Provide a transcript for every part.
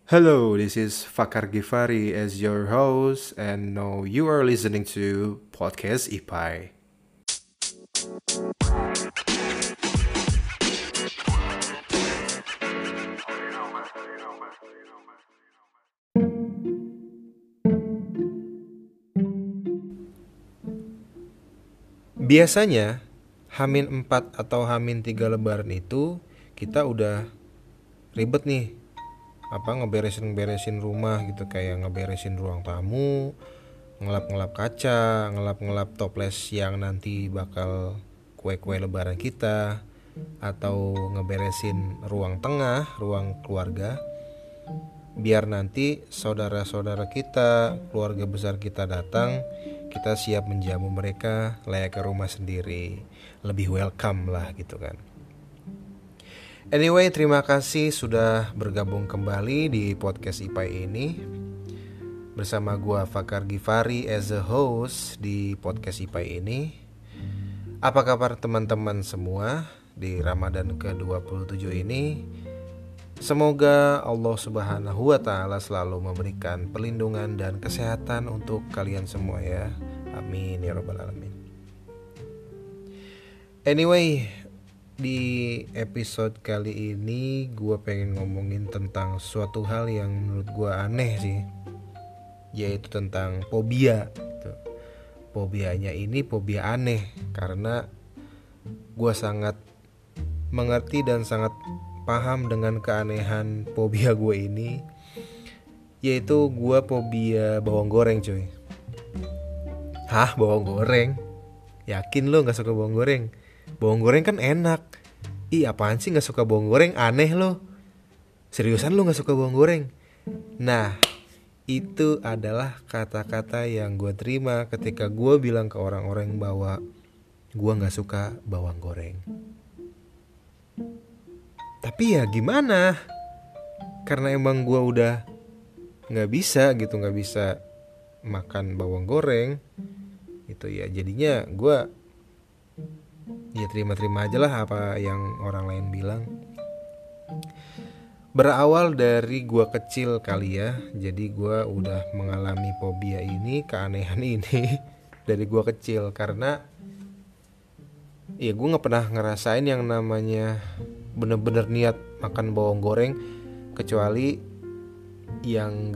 Hello, this is Fakar Gifari as your host, and now you are listening to Podcast Ipai. Biasanya, Hamin 4 atau Hamin 3 Lebaran itu kita udah ribet nih, ngeberesin rumah gitu, kayak ngeberesin ruang tamu, ngelap-ngelap kaca, ngelap-ngelap toples yang nanti bakal kue-kue lebaran kita, atau ngeberesin ruang tengah, ruang keluarga, biar nanti saudara-saudara kita, keluarga besar kita datang, kita siap menjamu mereka layak ke rumah sendiri, lebih welcome lah gitu kan. Anyway, terima kasih sudah bergabung kembali di podcast IPAI ini. Bersama gua Fakar Gifari as a host di podcast IPAI ini. Apa kabar teman-teman semua di Ramadan ke-27 ini? Semoga Allah Subhanahu wa Ta'ala selalu memberikan perlindungan dan kesehatan untuk kalian semua ya. Amin ya rabbal alamin. Anyway, di episode kali ini gue pengen ngomongin tentang suatu hal yang menurut gue aneh sih, yaitu tentang fobia gitu. Fobianya ini fobia aneh karena gue sangat mengerti dan sangat paham dengan keanehan fobia gue ini, yaitu gue fobia bawang goreng cuy. Hah, bawang goreng? Yakin lo gak suka bawang goreng? Bawang goreng kan enak. Ih, apaan sih gak suka bawang goreng? Aneh lo. Seriusan lo gak suka bawang goreng? Nah, itu adalah kata-kata yang gue terima ketika gue bilang ke orang-orang bahwa gue gak suka bawang goreng. Tapi ya gimana? Karena emang gue udah gak bisa makan bawang goreng gitu ya. Jadinya gue ya terima-terima aja lah apa yang orang lain bilang. Berawal dari gue kecil kali ya. Jadi gue udah mengalami fobia ini, keanehan ini dari gue kecil. Karena ya gue gak pernah ngerasain yang namanya bener-bener niat makan bawang goreng, kecuali yang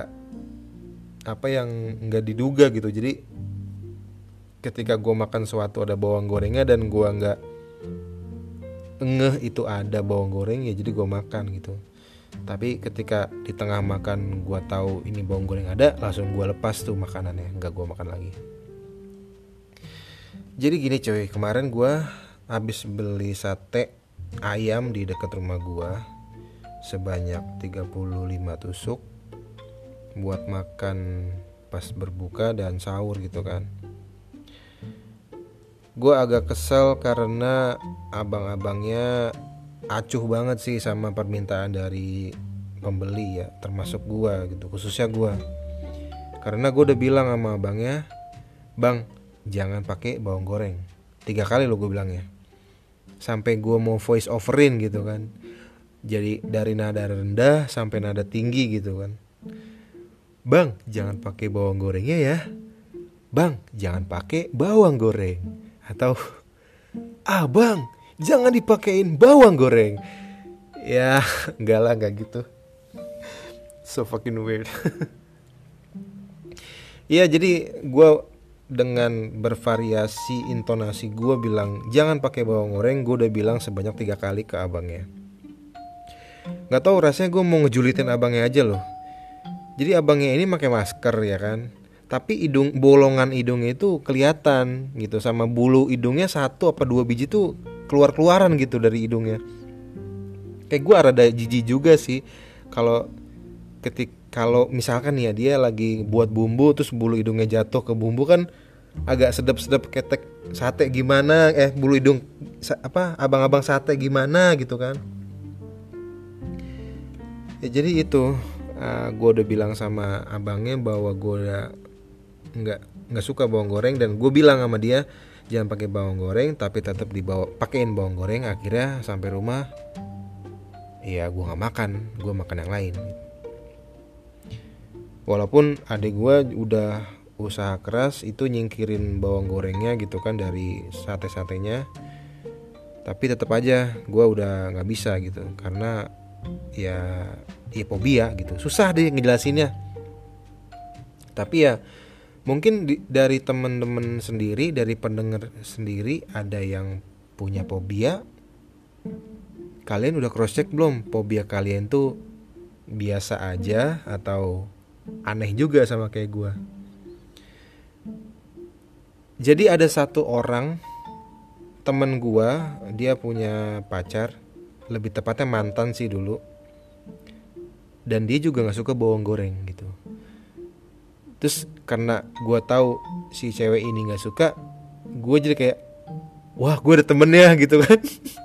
nggak diduga gitu. Jadi ketika gue makan sesuatu ada bawang gorengnya dan gue nggak ngeh itu ada bawang goreng, ya jadi gue makan gitu. Tapi ketika di tengah makan gue tahu ini bawang goreng ada, langsung gue lepas tuh makanannya, nggak gue makan lagi. Jadi gini coy, kemarin gue habis beli sate ayam di dekat rumah gua sebanyak 35 tusuk buat makan pas berbuka dan sahur gitu kan. Gua agak kesel karena abang-abangnya acuh banget sih sama permintaan dari pembeli ya, termasuk gua gitu, khususnya gua. Karena gua udah bilang sama abangnya, "Bang, jangan pakai bawang goreng." 3 kali lo gue bilangnya. Sampai gue mau voice overin gitu kan. Jadi dari nada rendah sampai nada tinggi gitu kan. "Bang, jangan pakai bawang gorengnya ya. Bang, jangan pakai bawang goreng." Atau "Bang, jangan dipakein bawang goreng." Ya, enggak lah, enggak gitu. So fucking weird. Ya, jadi gue dengan bervariasi intonasi gue bilang jangan pakai bawang goreng, gue udah bilang sebanyak 3 kali ke abangnya. Nggak tahu, rasanya gue mau ngejulitin abangnya aja loh. Jadi abangnya ini pakai masker ya kan, tapi bolongan hidungnya itu kelihatan gitu, sama bulu hidungnya 1 apa 2 biji tuh keluar-keluaran gitu dari hidungnya. Kayak gue rada jijik juga sih kalau misalkan ya dia lagi buat bumbu terus bulu hidungnya jatuh ke bumbu, kan agak sedap-sedap ketek sate gimana, bulu hidung abang-abang sate gimana gitu kan. Ya jadi itu, gue udah bilang sama abangnya bahwa gue udah nggak suka bawang goreng, dan gue bilang sama dia jangan pakai bawang goreng, tapi tetap pakein bawang goreng. Akhirnya sampai rumah ya gue nggak makan, gue makan yang lain. Walaupun adik gue udah usaha keras itu nyingkirin bawang gorengnya gitu kan dari sate-satenya, tapi tetap aja gue udah nggak bisa gitu karena ya fobia gitu, susah deh ngejelasinnya. Tapi ya mungkin dari temen-temen sendiri, dari pendengar sendiri ada yang punya fobia. Kalian udah cross check belum fobia kalian tuh biasa aja atau aneh juga sama kayak gue? Jadi ada satu orang temen gue, dia punya pacar, lebih tepatnya mantan sih dulu, dan dia juga nggak suka bawang goreng gitu. Terus karena gue tahu si cewek ini nggak suka, gue jadi kayak, wah gue ada temennya gitu kan.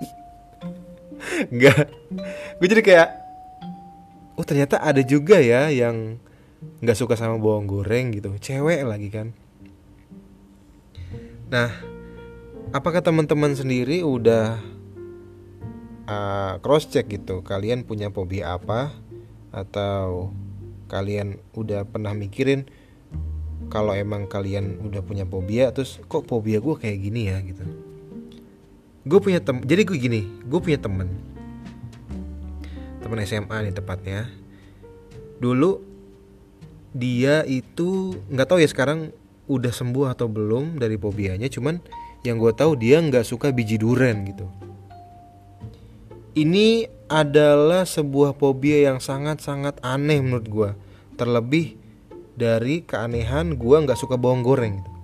Nggak, gue jadi kayak, oh ternyata ada juga ya yang nggak suka sama bawang goreng gitu, cewek lagi kan. Nah, apakah teman-teman sendiri udah cross check gitu, kalian punya fobia apa, atau kalian udah pernah mikirin kalau emang kalian udah punya fobia, terus kok fobia gue kayak gini ya gitu. Gue punya jadi gue punya temen SMA nih tepatnya. Dulu dia itu nggak tahu ya sekarang udah sembuh atau belum dari fobianya, cuman yang gue tahu dia nggak suka biji duren gitu. Ini adalah sebuah fobia yang sangat-sangat aneh menurut gue. Terlebih dari keanehan gue nggak suka bawang goreng gitu.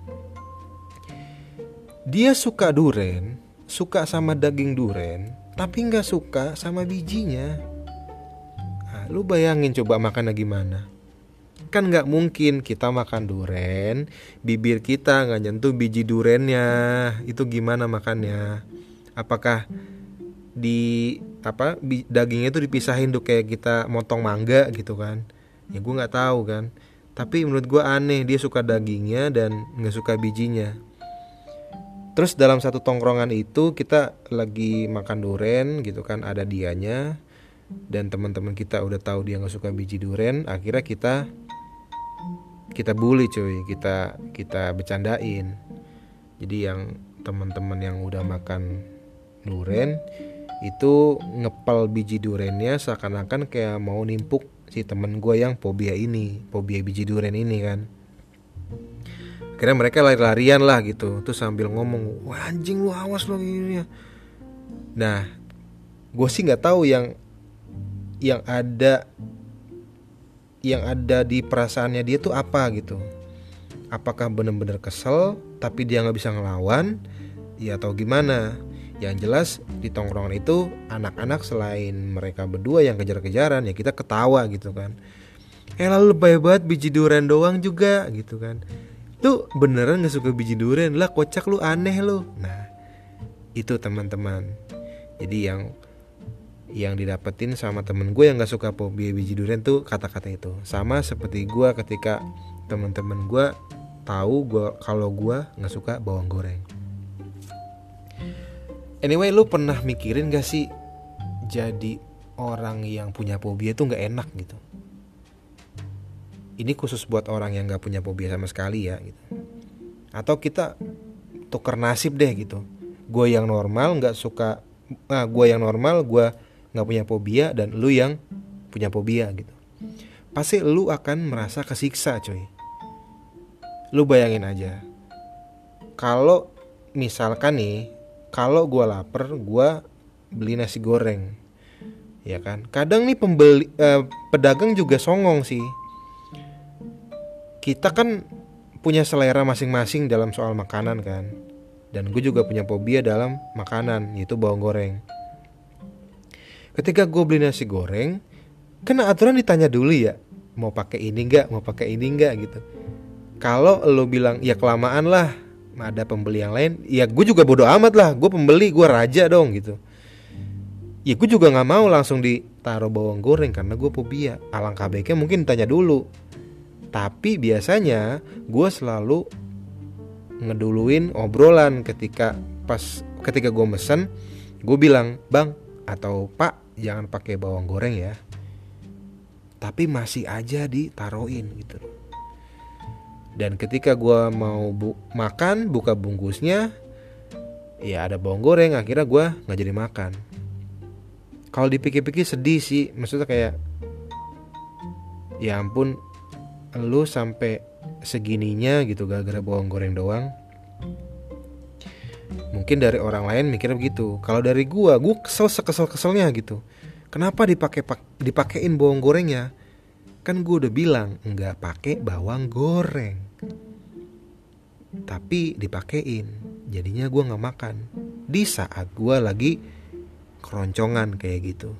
Dia suka duren, suka sama daging duren, tapi nggak suka sama bijinya. Nah, lu bayangin coba makannya gimana? Kan nggak mungkin kita makan duren, bibir kita nggak nyentuh biji durennya. Itu gimana makannya? Apakah dagingnya itu dipisahin tuh kayak kita motong mangga gitu kan? Ya gue nggak tahu kan. Tapi menurut gue aneh, dia suka dagingnya dan nggak suka bijinya. Terus dalam satu tongkrongan itu kita lagi makan duren gitu kan, ada dianya dan teman-teman kita udah tahu dia nggak suka biji duren. Akhirnya kita bully cuy, kita bercandain. Jadi yang teman-teman yang udah makan duren itu ngepel biji durennya seakan-akan kayak mau nimpuk si temen gue yang fobia biji duren ini kan. Akhirnya mereka lari-larian lah gitu, terus sambil ngomong, wah anjing lu awas lo gini ya. Nah, gue sih nggak tahu yang ada di perasaannya dia tuh apa gitu. Apakah benar-benar kesel tapi dia nggak bisa ngelawan, ya atau gimana? Yang jelas di tongkrongan itu anak-anak selain mereka berdua yang kejar-kejaran, ya kita ketawa gitu kan. Lalu lebay banget biji durian doang juga gitu kan. Lu beneran nggak suka biji durian lah, kocak lu, aneh lu. Nah itu teman-teman. Jadi yang didapetin sama temen gue yang gak suka fobia biji durian tuh kata-kata itu. Sama seperti gue ketika temen-temen gue tahu kalau gue gak suka bawang goreng. Anyway, lu pernah mikirin gak sih jadi orang yang punya fobia tuh gak enak gitu? Ini khusus buat orang yang gak punya fobia sama sekali ya gitu. Atau kita tuker nasib deh gitu. Gue yang normal gue nggak punya fobia, dan lu yang punya fobia gitu. Pasti lu akan merasa kesiksa coy. Lu bayangin aja, kalau misalkan nih, kalau gue lapar, gue beli nasi goreng, ya kan? Kadang nih pedagang juga songong sih. Kita kan punya selera masing-masing dalam soal makanan kan. Dan gue juga punya fobia dalam makanan, yaitu bawang goreng. Ketika gue beli nasi goreng, kan aturan ditanya dulu ya, mau pakai ini enggak gitu. Kalau lo bilang ya kelamaan lah, ada pembeli yang lain, ya gue juga bodo amat lah, gue pembeli, gue raja dong gitu. Ya gue juga nggak mau langsung ditaruh bawang goreng karena gue fobia. Alangkah baiknya mungkin tanya dulu. Tapi biasanya gue selalu ngeduluin obrolan ketika gue mesen. Gue bilang, bang atau pak, jangan pakai bawang goreng ya. tapi masih aja ditaruhin gitu. Dan ketika gue mau makan, buka bungkusnya, ya ada bawang goreng, akhirnya gue nggak jadi makan. Kalau dipikir-pikir sedih sih, maksudnya kayak, ya ampun, lu sampai segininya gitu gara-gara bawang goreng doang. Mungkin dari orang lain mikirnya begitu. Kalau dari gue kesel-keselnya gitu. Kenapa dipakein bawang gorengnya? Kan gue udah bilang nggak pakai bawang goreng, tapi dipakein. Jadinya gue nggak makan di saat gue lagi keroncongan kayak gitu.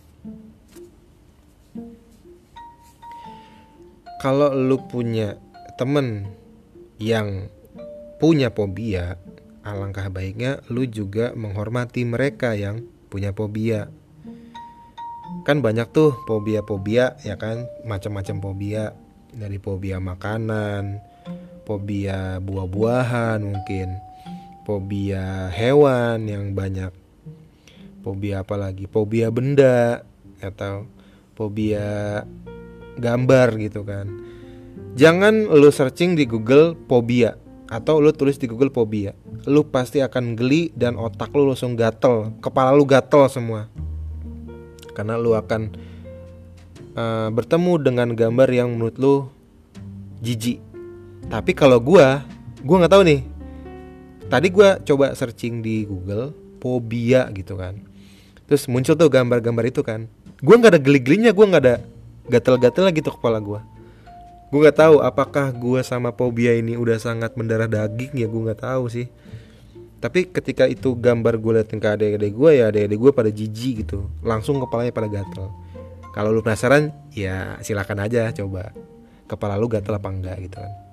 Kalau lu punya temen yang punya fobia, alangkah baiknya lu juga menghormati mereka yang punya fobia. Kan banyak tuh fobia-fobia ya kan, macam-macam fobia. Dari fobia makanan, fobia buah-buahan mungkin, fobia hewan yang banyak, fobia apa lagi, fobia benda, atau fobia gambar gitu kan. Jangan lu searching di Google fobia atau lu tulis di Google fobia, lu pasti akan geli dan otak lu langsung gatel, kepala lu gatel semua. Karena lu akan bertemu dengan gambar yang menurut lu jijik. Tapi kalau gue nggak tahu nih. Tadi gue coba searching di Google fobia gitu kan, terus muncul tuh gambar-gambar itu kan. Gue nggak ada geli-gelinya, gue nggak ada gatel-gatel gitu kepala gue. Gue nggak tahu apakah gue sama fobia ini udah sangat mendarah daging ya, gue nggak tahu sih. Tapi ketika itu gambar gue liatin ke adik-adik gue, ya adik-adik gue pada jijik gitu, langsung kepalanya pada gatel. Kalau lu penasaran, ya silakan aja coba kepala lu gatel apa enggak gitu kan.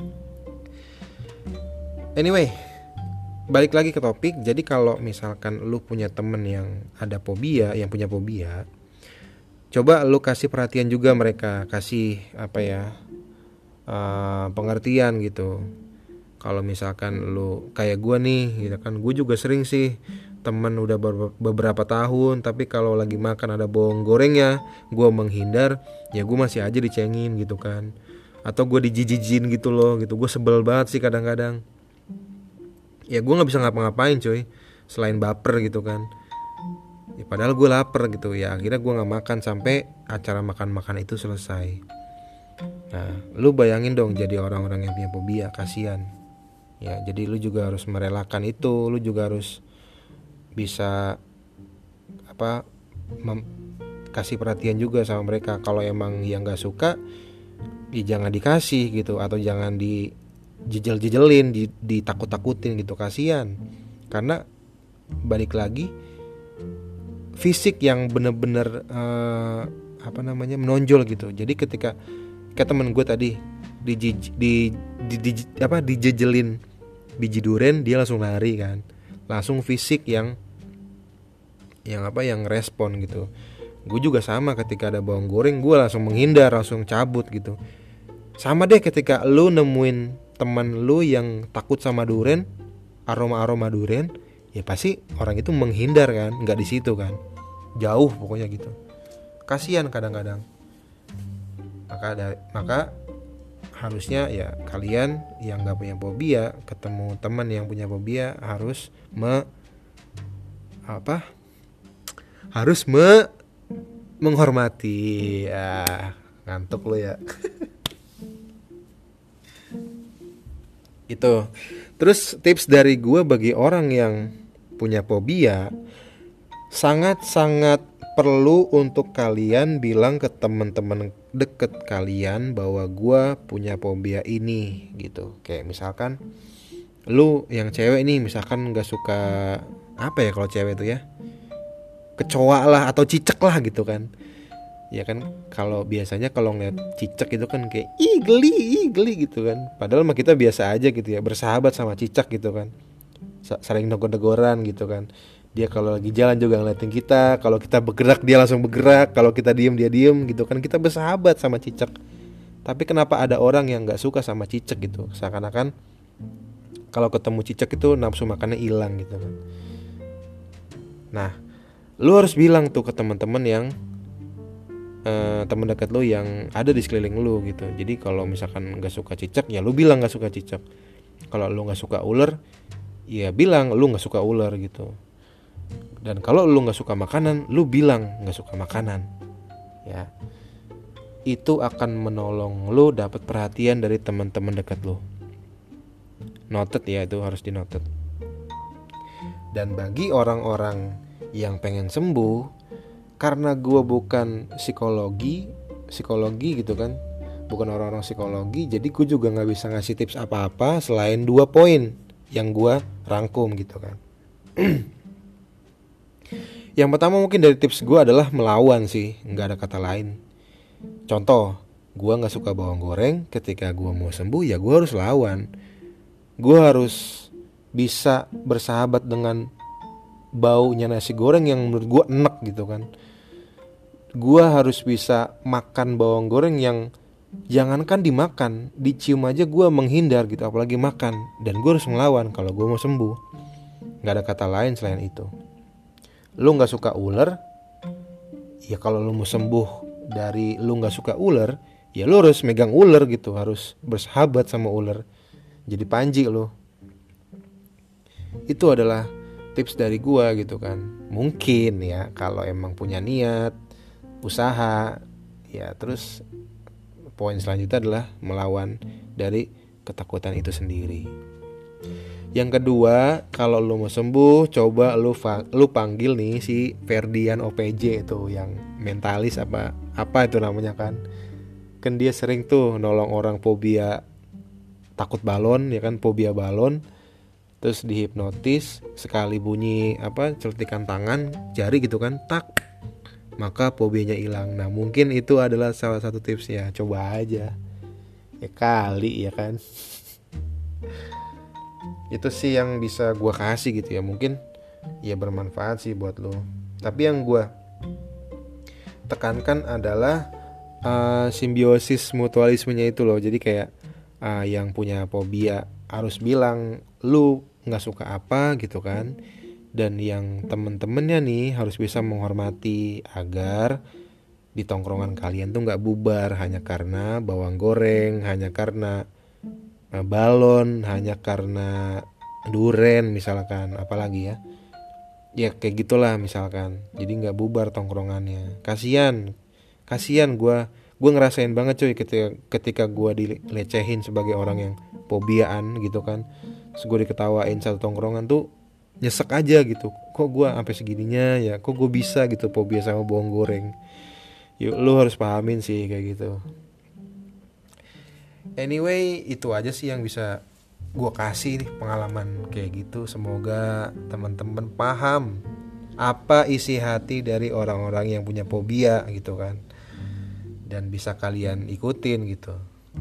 Anyway, balik lagi ke topik. Jadi kalau misalkan lu punya temen yang ada fobia, yang punya fobia, coba lu kasih perhatian juga mereka, kasih pengertian gitu. Kalau misalkan lu kayak gue nih gitu kan, gue juga sering sih temen udah beberapa tahun, tapi kalau lagi makan ada bawang gorengnya, gue menghindar, ya gue masih aja dicengin gitu kan, atau gue dijijijin gitu loh gitu. Gue sebel banget sih kadang-kadang. Ya gue nggak bisa ngapa-ngapain coy, selain baper gitu kan. Ya, padahal gue lapar gitu ya, akhirnya gue nggak makan sampai acara makan-makan itu selesai. Nah, lu bayangin dong jadi orang-orang yang punya fobia, kasihan. Ya, jadi lu juga harus merelakan itu, lu juga harus bisa kasih perhatian juga sama mereka. Kalau emang yang nggak suka, ya jangan dikasih gitu, atau jangan dijejel-jejelin, ditakut-takutin gitu, kasihan. Karena balik lagi, fisik yang bener-bener menonjol gitu. Jadi ketika kayak temen gue tadi dijejelin biji duren, dia langsung lari kan, langsung fisik yang respon gitu. Gue juga sama, ketika ada bawang goreng gue langsung menghindar, langsung cabut gitu. Sama deh ketika lu nemuin teman lu yang takut sama duren, aroma duren, ya pasti orang itu menghindar kan, nggak di situ kan, jauh pokoknya gitu. Kasihan kadang-kadang. Maka harusnya ya kalian yang nggak punya fobia, ketemu teman yang punya fobia, harus menghormati. Ngantuk lo ya. Itu. Terus tips dari gue bagi orang yang punya fobia, sangat-sangat perlu untuk kalian bilang ke teman-teman deket kalian bahwa gue punya fobia ini gitu. Kayak misalkan lu yang cewek nih, misalkan gak suka kalau cewek itu ya, kecoa lah atau cicak lah gitu kan. Ya kan, kalau biasanya kalau ngeliat cicak itu kan kayak geli gitu kan. Padahal mah kita biasa aja gitu ya, bersahabat sama cicak gitu kan, sering negor-negoran gitu kan. Dia kalau lagi jalan juga ngeliatin kita, kalau kita bergerak dia langsung bergerak, kalau kita diem dia diem gitu kan. Kita bersahabat sama cicak. Tapi kenapa ada orang yang nggak suka sama cicak gitu? Seakan-akan kalau ketemu cicak itu nafsu makannya hilang gitu kan. Nah, lu harus bilang tuh ke teman-teman yang teman dekat lu yang ada di sekeliling lu gitu. Jadi kalau misalkan nggak suka cicak, ya lu bilang nggak suka cicak. Kalau lu nggak suka ular, ya bilang lu nggak suka ular gitu. Dan kalau lu nggak suka makanan, lu bilang nggak suka makanan. Ya, itu akan menolong lu dapat perhatian dari teman-teman dekat lu. Noted ya, itu harus dinoted. Dan bagi orang-orang yang pengen sembuh, karena gue bukan psikologi gitu kan, bukan orang-orang psikologi, jadi gue juga nggak bisa ngasih tips apa-apa selain 2 poin yang gue rangkum gitu kan. Yang pertama mungkin dari tips gue adalah melawan sih, nggak ada kata lain. Contoh, gue nggak suka bawang goreng, ketika gue mau sembuh ya gue harus lawan. Gue harus bisa bersahabat dengan baunya nasi goreng yang menurut gue enak gitu kan. Gue harus bisa makan bawang goreng yang jangankan dimakan, dicium aja gue menghindar gitu, apalagi makan. Dan gue harus melawan kalau gue mau sembuh. Gak ada kata lain selain itu. Lu gak suka ular, ya kalau lu mau sembuh dari lu gak suka ular, ya lu harus megang ular gitu, harus bersahabat sama ular. Jadi panji lu. Itu adalah tips dari gua gitu kan. Mungkin ya kalau emang punya niat, usaha, ya terus poin selanjutnya adalah melawan dari ketakutan itu sendiri. Yang kedua, kalau lu mau sembuh, coba lu panggil nih si Ferdian OPJ itu yang mentalis apa itu namanya kan. Kan dia sering tuh nolong orang fobia takut balon ya kan, fobia balon. Terus dihipnotis, sekali bunyi celtikan tangan, jari gitu kan, tak, maka fobianya hilang. Nah, mungkin itu adalah salah satu tipsnya. Coba aja. Ya kali ya kan. Itu sih yang bisa gue kasih gitu ya. Mungkin ya bermanfaat sih buat lo. Tapi yang gue tekankan adalah simbiosis mutualismenya itu loh. Jadi kayak yang punya fobia harus bilang lu gak suka apa gitu kan. Dan yang temen-temennya nih harus bisa menghormati agar di tongkrongan kalian tuh gak bubar hanya karena bawang goreng, hanya karena balon, hanya karena duren misalkan, apalagi ya kayak gitulah misalkan. Jadi gak bubar tongkrongannya. Kasian gue ngerasain banget cuy ketika gue dilecehin sebagai orang yang fobiaan gitu kan. Terus gue diketawain satu tongkrongan tuh nyesek aja gitu. Kok gue sampai segininya ya, kok gue bisa gitu fobia sama bawang goreng. Yuk lu harus pahamin sih kayak gitu. Anyway, itu aja sih yang bisa gue kasih nih, pengalaman kayak gitu. Semoga teman-teman paham apa isi hati dari orang-orang yang punya fobia gitu kan, dan bisa kalian ikutin gitu.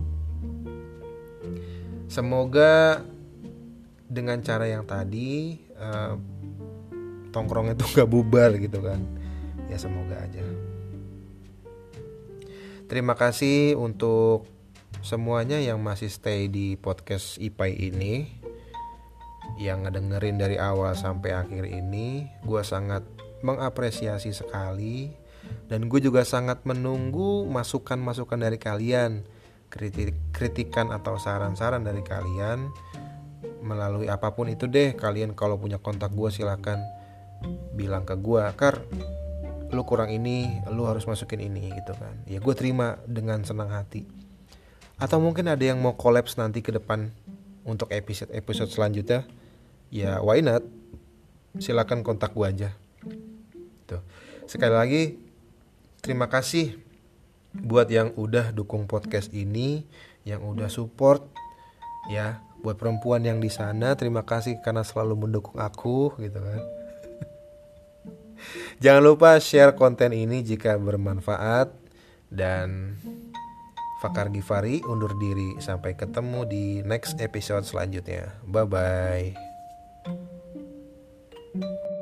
Semoga dengan cara yang tadi tongkrongnya tuh gak bubar gitu kan. Ya semoga aja. Terima kasih untuk semuanya yang masih stay di podcast IPAI ini, yang ngedengerin dari awal sampai akhir ini. Gue sangat mengapresiasi sekali. Dan gue juga sangat menunggu masukan-masukan dari kalian, kritikan atau saran-saran dari kalian melalui apapun itu deh. Kalian kalau punya kontak gue silakan bilang ke gue, Kar, lu kurang ini, lu harus masukin ini gitu kan. Ya gue terima dengan senang hati. Atau mungkin ada yang mau collabs nanti ke depan untuk episode selanjutnya, ya why not, silakan kontak gue aja tuh. Sekali lagi terima kasih buat yang udah dukung podcast ini, yang udah support ya. Buat perempuan yang di sana, terima kasih karena selalu mendukung aku gitu kan. Jangan lupa share konten ini jika bermanfaat. Dan Fakar Gifari undur diri, sampai ketemu di next episode selanjutnya. Bye bye.